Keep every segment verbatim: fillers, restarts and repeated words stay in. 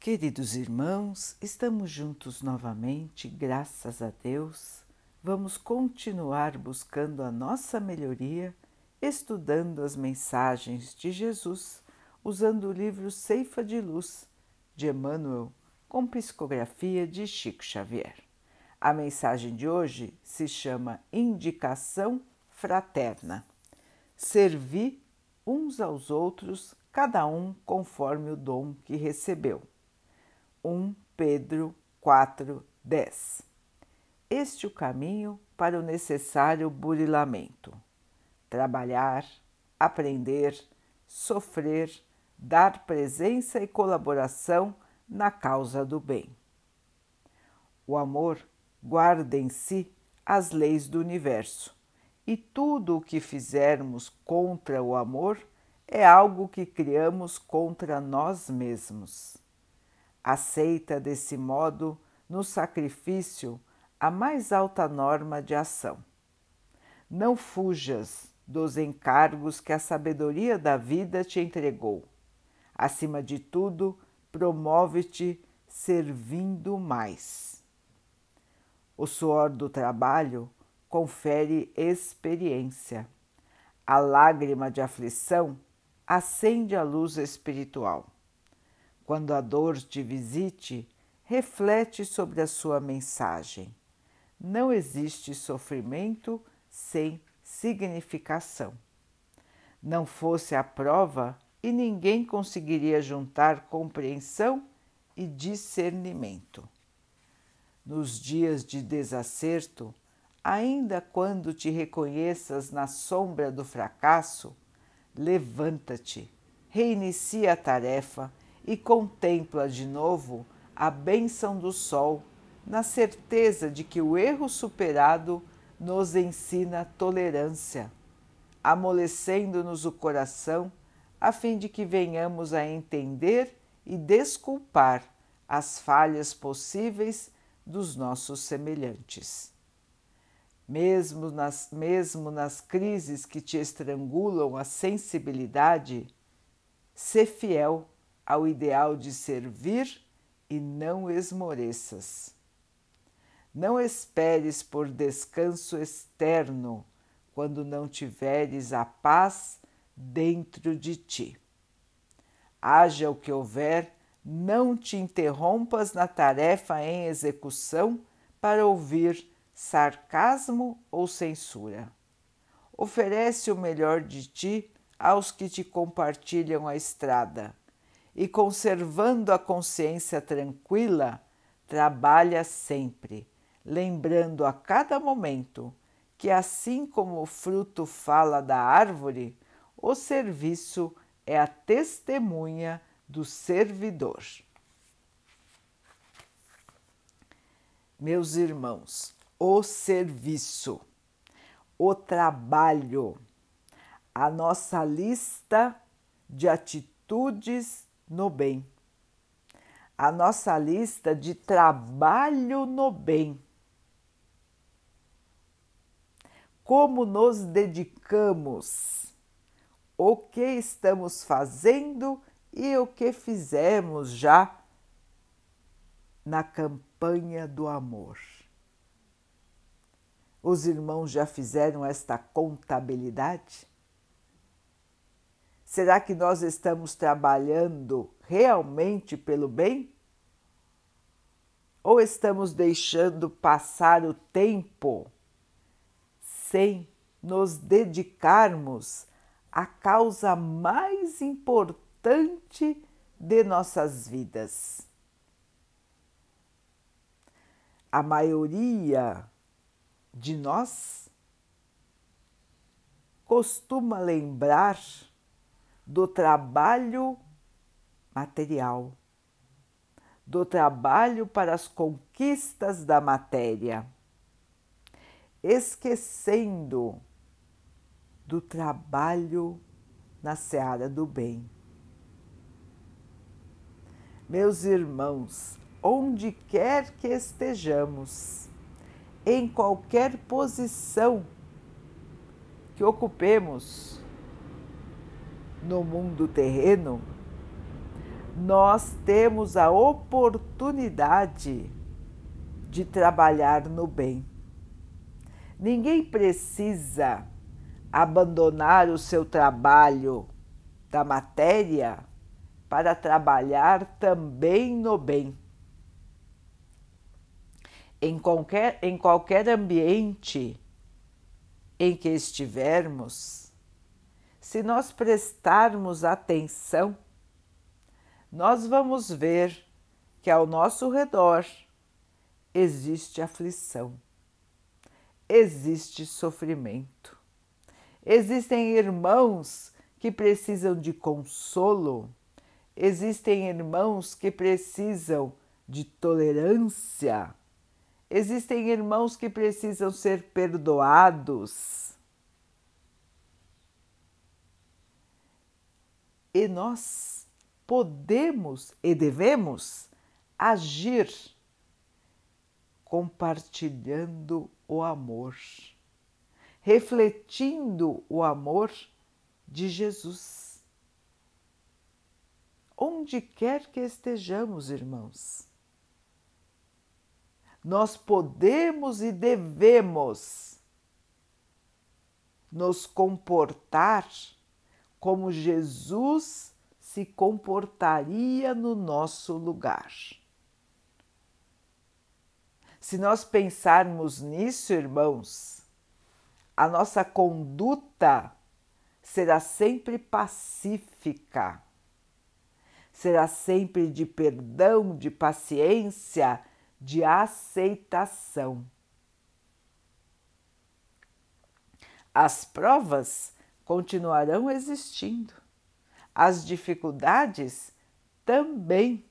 Queridos irmãos, estamos juntos novamente, graças a Deus. Vamos continuar buscando a nossa melhoria, estudando as mensagens de Jesus, usando o livro Ceifa de Luz, de Emmanuel, com psicografia de Chico Xavier. A mensagem de hoje se chama Indicação Fraterna. Servi uns aos outros, cada um conforme o dom que recebeu. um Pedro quatro, dez. Este é o caminho para o necessário burilamento. Trabalhar, aprender, sofrer, dar presença e colaboração na causa do bem. O amor guarda em si as leis do universo, e tudo o que fizermos contra o amor é algo que criamos contra nós mesmos. Aceita desse modo, no sacrifício, a mais alta norma de ação. Não fujas dos encargos que a sabedoria da vida te entregou. Acima de tudo, promove-te servindo mais. O suor do trabalho confere experiência. A lágrima de aflição acende a luz espiritual. Quando a dor te visite, reflete sobre a sua mensagem. Não existe sofrimento sem significação. Não fosse a prova e ninguém conseguiria juntar compreensão e discernimento. Nos dias de desacerto, ainda quando te reconheças na sombra do fracasso, levanta-te, reinicia a tarefa e contempla de novo a bênção do sol, na certeza de que o erro superado nos ensina tolerância, amolecendo-nos o coração, a fim de que venhamos a entender e desculpar as falhas possíveis dos nossos semelhantes. Mesmo nas, mesmo nas crises que te estrangulam a sensibilidade, sê fiel ao ideal de servir e não esmoreças. Não esperes por descanso externo quando não tiveres a paz dentro de ti. Haja o que houver, não te interrompas na tarefa em execução para ouvir sarcasmo ou censura. Oferece o melhor de ti aos que te compartilham a estrada e, conservando a consciência tranquila, trabalha sempre, lembrando a cada momento que, assim como o fruto fala da árvore, o serviço é a testemunha do servidor. Meus irmãos, o serviço, o trabalho, a nossa lista de atitudes no bem, a nossa lista de trabalho no bem. Como nos dedicamos, o que estamos fazendo e o que fizemos já na campanha do amor. Os irmãos já fizeram esta contabilidade? Será que nós estamos trabalhando realmente pelo bem? Ou estamos deixando passar o tempo sem nos dedicarmos à causa mais importante de nossas vidas? A maioria de nós costuma lembrar do trabalho material, do trabalho para as conquistas da matéria, esquecendo do trabalho na seara do bem. Meus irmãos, onde quer que estejamos, em qualquer posição que ocupemos no mundo terreno, nós temos a oportunidade de trabalhar no bem. Ninguém precisa abandonar o seu trabalho da matéria para trabalhar também no bem. Em qualquer, em qualquer ambiente em que estivermos, se nós prestarmos atenção, nós vamos ver que ao nosso redor existe aflição, existe sofrimento, existem irmãos que precisam de consolo, existem irmãos que precisam de tolerância, existem irmãos que precisam ser perdoados. E nós podemos e devemos agir compartilhando o amor, refletindo o amor de Jesus. Onde quer que estejamos, irmãos, nós podemos e devemos nos comportar como Jesus se comportaria no nosso lugar. Se nós pensarmos nisso, irmãos, a nossa conduta será sempre pacífica, será sempre de perdão, de paciência, de aceitação. As provas continuarão existindo, as dificuldades também,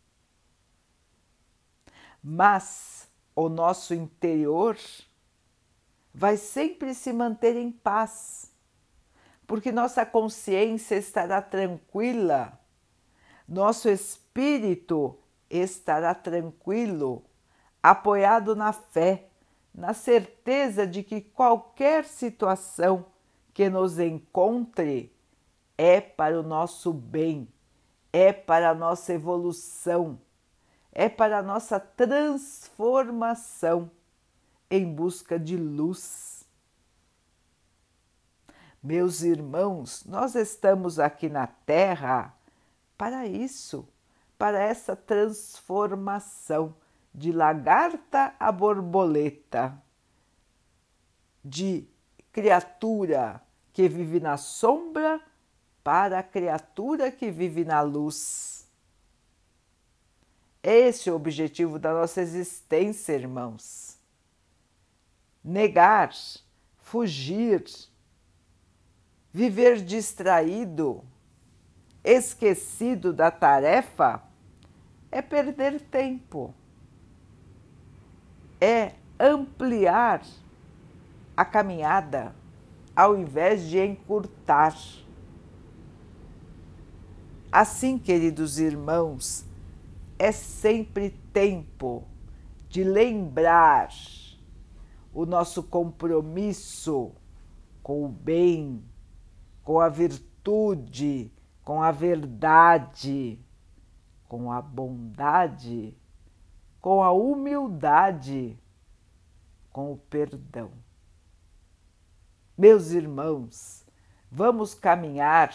mas o nosso interior vai sempre se manter em paz, porque nossa consciência estará tranquila, nosso espírito estará tranquilo, apoiado na fé, na certeza de que qualquer situação que nos encontre é para o nosso bem, é para a nossa evolução, é para a nossa transformação em busca de luz. Meus irmãos, nós estamos aqui na Terra para isso, para essa transformação de lagarta a borboleta, de criatura que vive na sombra para a criatura que vive na luz. Esse é o objetivo da nossa existência, irmãos. Negar, fugir, viver distraído, esquecido da tarefa, é perder tempo, é ampliar a caminhada ao invés de encurtar. Assim, queridos irmãos, é sempre tempo de lembrar o nosso compromisso com o bem, com a virtude, com a verdade, com a bondade, com a humildade, com o perdão. Meus irmãos, vamos caminhar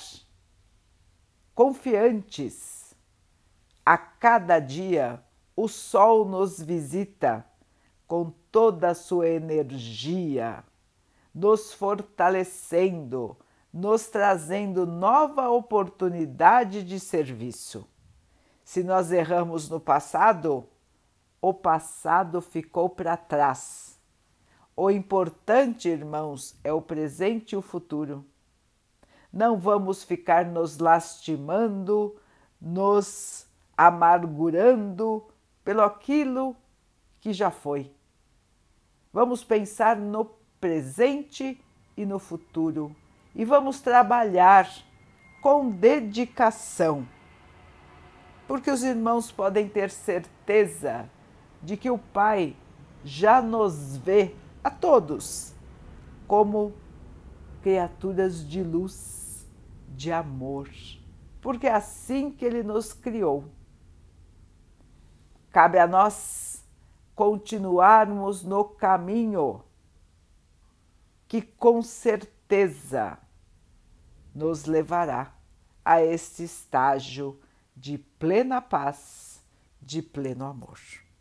confiantes. A cada dia o sol nos visita com toda a sua energia, nos fortalecendo, nos trazendo nova oportunidade de serviço. Se nós erramos no passado, o passado ficou para trás. O importante, irmãos, é o presente e o futuro. Não vamos ficar nos lastimando, nos amargurando pelo aquilo que já foi. Vamos pensar no presente e no futuro e vamos trabalhar com dedicação, porque os irmãos podem ter certeza de que o Pai já nos vê a todos como criaturas de luz, de amor, porque é assim que Ele nos criou. Cabe a nós continuarmos no caminho que com certeza nos levará a este estágio de plena paz, de pleno amor.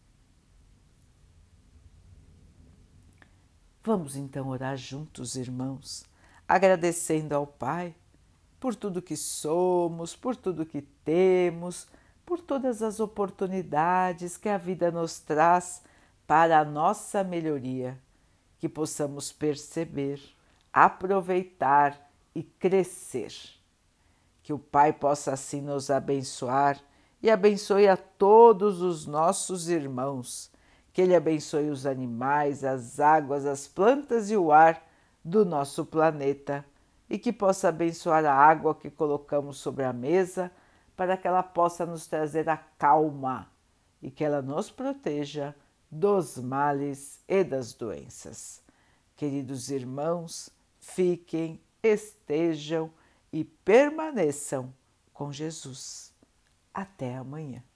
Vamos então orar juntos, irmãos, agradecendo ao Pai por tudo que somos, por tudo que temos, por todas as oportunidades que a vida nos traz para a nossa melhoria, que possamos perceber, aproveitar e crescer. Que o Pai possa assim nos abençoar e abençoe a todos os nossos irmãos. Que Ele abençoe os animais, as águas, as plantas e o ar do nosso planeta e que possa abençoar a água que colocamos sobre a mesa para que ela possa nos trazer a calma e que ela nos proteja dos males e das doenças. Queridos irmãos, fiquem, estejam e permaneçam com Jesus. Até amanhã.